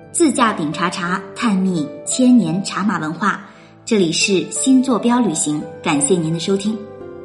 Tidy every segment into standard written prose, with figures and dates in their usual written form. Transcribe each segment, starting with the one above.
自驾顶茶茶，探秘千年茶马文化。这里是新坐标旅行，感谢您的收听。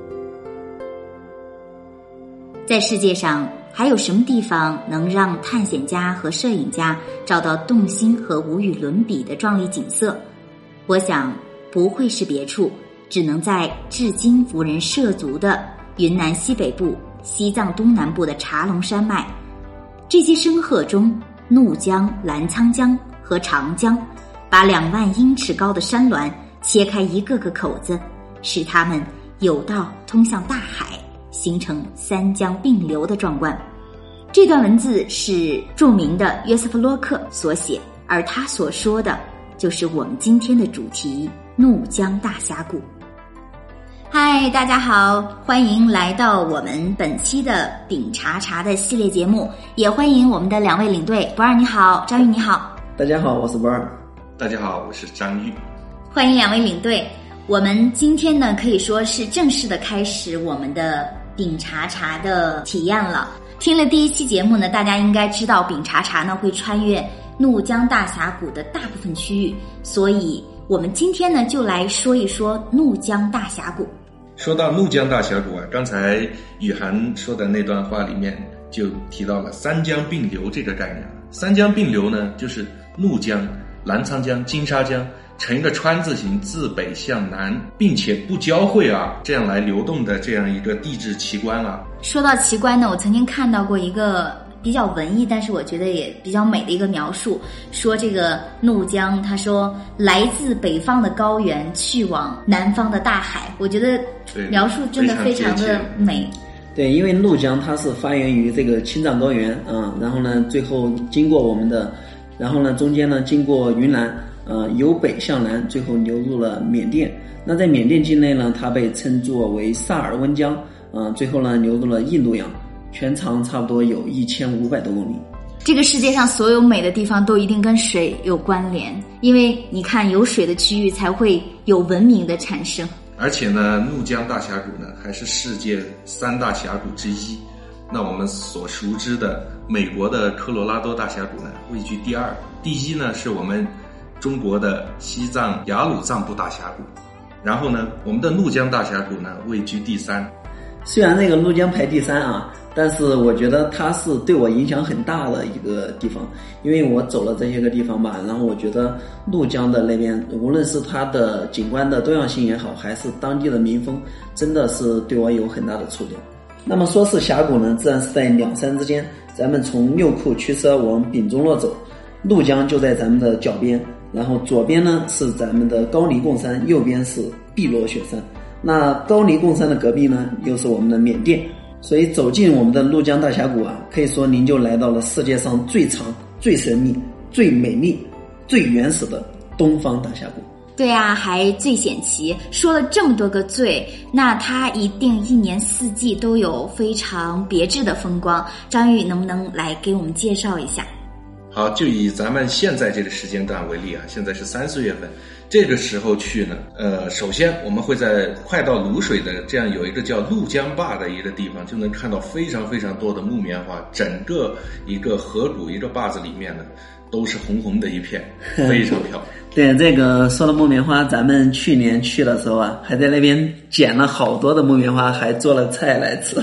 在世界上还有什么地方能让探险家和摄影家找到动心和无与伦比的壮丽景色？我想不会是别处，只能在至今无人涉足的云南西北部、西藏东南部的茶龙山脉。这些深壑中，怒江、澜沧江和长江把2万英尺高的山峦切开一个个口子，使它们有道通向大海，形成三江并流的壮观。这段文字是著名的约瑟夫·洛克所写，而他所说的就是我们今天的主题——怒江大峡谷。嗨，大家好，欢迎来到我们本期的顶茶茶的系列节目，也欢迎我们的2位领队，博尔你好，张玉你好。 大家好，我是博尔。 大家好，我是张玉。 欢迎2位领队。我们今天呢，可以说是正式的开始我们的顶茶茶的体验了。听了第1期节目呢，大家应该知道顶茶茶呢会穿越怒江大峡谷的大部分区域，所以我们今天呢就来说一说怒江大峡谷。 说到怒江大峡谷啊，刚才雨涵说的那段话里面就提到了三江并流这个概念。三江并流呢，就是怒江、澜沧江、金沙江呈一个川字形自北向南，并且不交汇啊，这样来流动的这样一个地质奇观啊。 说到奇观呢，我曾经看到过一个比较文艺，但是我觉得也比较美的一个描述，说这个怒江，他说来自北方的高原去往南方的大海，我觉得描述真的非常的美。 对，因为怒江它是发源于这个青藏高原然后呢最后经过我们的，然后呢中间呢经过云南由北向南，最后流入了缅甸。那在缅甸境内呢，它被称作为萨尔温江最后呢流入了印度洋，全长差不多有1500多公里。 这个世界上所有美的地方都一定跟水有关联，因为你看有水的区域才会有文明的产生。 而且呢，怒江大峡谷呢还是世界3大峡谷之一。那我们所熟知的美国的科罗拉多大峡谷呢位居第2，第1呢是我们中国的西藏雅鲁藏布大峡谷，然后呢我们的怒江大峡谷呢位居第3。 虽然那个怒江排第3但是我觉得它是对我影响很大的一个地方，因为我走了这些个地方吧，然后我觉得怒江的那边，无论是它的景观的多样性也好，还是当地的民风，真的是对我有很大的触动。那么说是峡谷呢，自然是在2山之间，咱们从六库驱车往丙中洛走，怒江就在咱们的脚边，然后左边呢是咱们的高黎贡山，右边是碧罗雪山。那高黎贡山的隔壁呢又是我们的缅甸，所以走进我们的怒江大峡谷可以说您就来到了世界上最长、最神秘、最美丽、最原始的东方大峡谷。 对啊，还最险奇。说了这么多个最，那它一定1年4季都有非常别致的风光。张玉能不能来给我们介绍一下？ 好，就以咱们现在这个时间段为例现在是3、4月份，这个时候去呢，首先我们会在快到卤水的这样有一个叫怒江坝的一个地方，就能看到非常非常多的木棉花，整个一个河谷一个坝子里面呢都是红红的一片，非常漂亮。 对，这个说到木棉花，咱们去年去的时候还在那边捡了好多的木棉花，还做了菜来吃。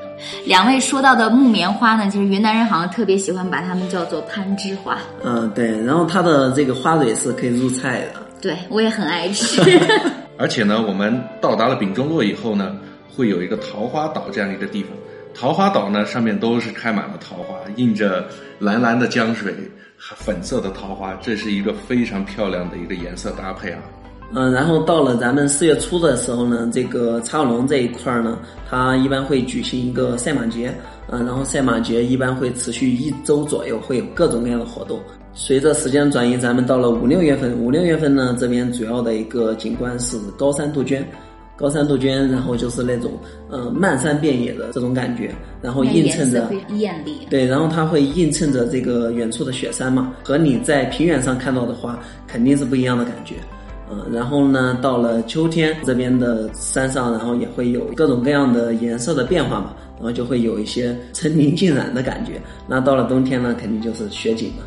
2位说到的木棉花呢，其实云南人好像特别喜欢把它们叫做攀枝花。 对，然后它的这个花蕊是可以入菜的。 对，我也很爱吃。 而且呢，我们到达了丙中洛以后呢，会有一个桃花岛这样一个地方。桃花岛呢，上面都是开满了桃花，映着蓝蓝的江水，粉色的桃花，这是一个非常漂亮的一个颜色搭配然后到了咱们4月初的时候呢，这个茶龙这一块呢，它一般会举行一个赛马节，然后赛马节一般会持续1周左右，会有各种各样的活动。随着时间转移，咱们到了5、6月份，5、6月份呢，这边主要的一个景观是高山杜鹃。高山杜鹃，然后就是那种漫山遍野的这种感觉，然后映衬着艳丽。 对，然后它会映衬着这个远处的雪山嘛，和你在平原上看到的花肯定是不一样的感觉。然后呢，到了秋天，这边的山上，然后也会有各种各样的颜色的变化嘛，然后就会有一些层林尽染的感觉。那到了冬天呢，肯定就是雪景了。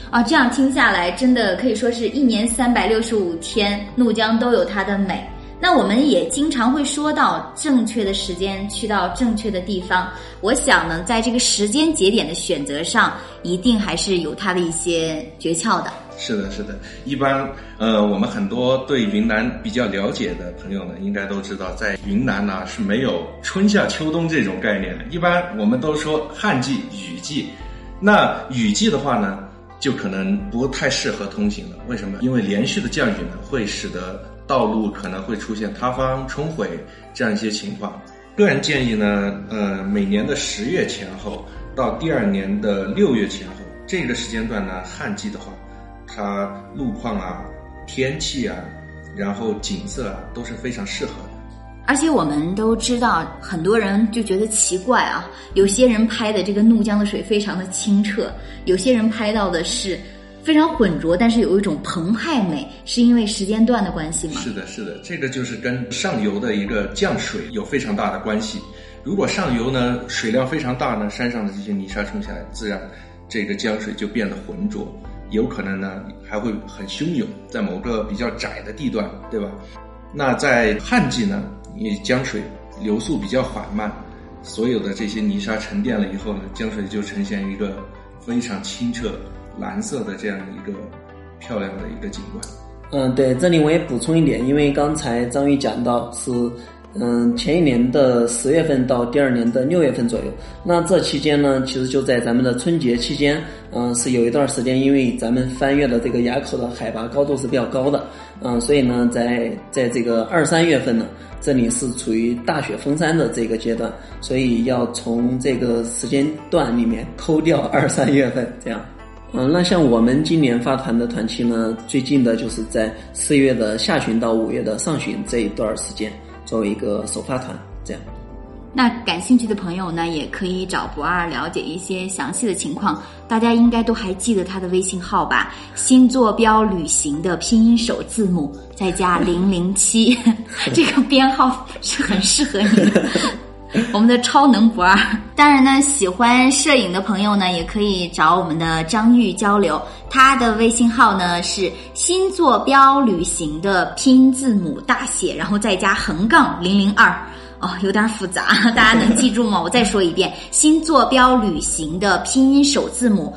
啊，这样听下来，真的可以说是1年365天，怒江都有它的美。那我们也经常会说到正确的时间去到正确的地方，我想呢，在这个时间节点的选择上，一定还是有它的一些诀窍的。 是的，是的。一般我们很多对云南比较了解的朋友呢，应该都知道，在云南呢是没有春夏秋冬这种概念的。一般我们都说旱季、雨季。那雨季的话呢，就可能不太适合通行了。为什么？因为连续的降雨呢，会使得道路可能会出现塌方、冲毁这样一些情况。个人建议呢，每年的10月前后到第2年的6月前后，这个时间段呢，旱季的话，它路况啊、天气啊，然后景色啊，都是非常适合的。 而且我们都知道，很多人就觉得奇怪啊，有些人拍的这个怒江的水非常的清澈，有些人拍到的是非常浑浊，但是有一种澎湃美，是因为时间段的关系吗？ 是的，是的，这个就是跟上游的一个降水有非常大的关系。如果上游呢水量非常大呢，山上的这些泥沙冲下来，自然这个江水就变得浑浊，有可能呢还会很汹涌，在某个比较窄的地段，对吧？那在旱季呢，因为江水流速比较缓慢，所有的这些泥沙沉淀了以后呢，江水就呈现一个非常清澈蓝色的这样一个漂亮的一个景观。 对，这里我也补充一点，因为刚才张玉讲到是前一年的10月份到第2年的6月份左右，那这期间呢，其实就在咱们的春节期间，是有一段时间，因为咱们翻越的这个垭口的海拔高度是比较高的，所以呢，在这个2、3月份呢，这里是处于大雪封山的这个阶段，所以要从这个时间段里面抠掉2、3月份这样。那像我们今年发团的团期呢，最近的就是在4月的下旬到5月的上旬这一段时间，作为一个首发团这样。 那感兴趣的朋友呢，也可以找不二了解一些详细的情况。大家应该都还记得他的微信号吧？新坐标旅行的拼音首字母再加007，这个编号是很适合你的。我们的超能不二。当然呢，喜欢摄影的朋友呢，也可以找我们的张玉交流，他的微信号呢是新坐标旅行的拼音字母大写，然后再加002。有点复杂，大家能记住吗？我再说一遍，新坐标旅行的拼音首字母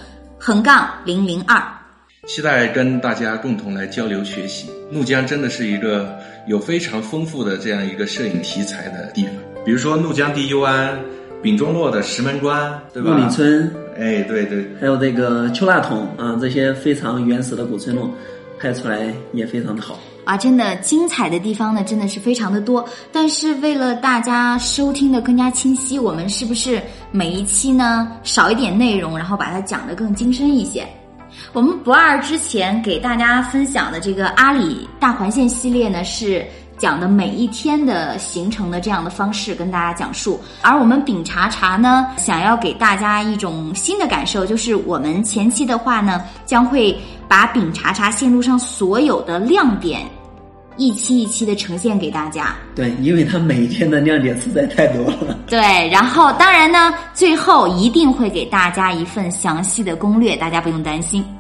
002。 期待跟大家共同来交流学习。怒江真的是一个有非常丰富的这样一个摄影题材的地方，比如说怒江第一湾、丙中洛的石门关，对吧？ 木里村， 对对， 还有这个丘腊桶啊，这些非常原始的古村落，拍出来也非常的好。 真的精彩的地方呢，真的是非常的多。但是为了大家收听的更加清晰，我们是不是每一期呢少一点内容，然后把它讲得更精深一些？我们不二之前给大家分享的这个阿里大环线系列呢，是讲的每一天的行程的这样的方式跟大家讲述，而我们饼茶茶呢，想要给大家一种新的感受，就是我们前期的话呢，将会把饼茶茶线路上所有的亮点一期一期的呈现给大家。 对，因为它每一天的亮点实在太多了。 对，然后当然呢，最后一定会给大家一份详细的攻略，大家不用担心。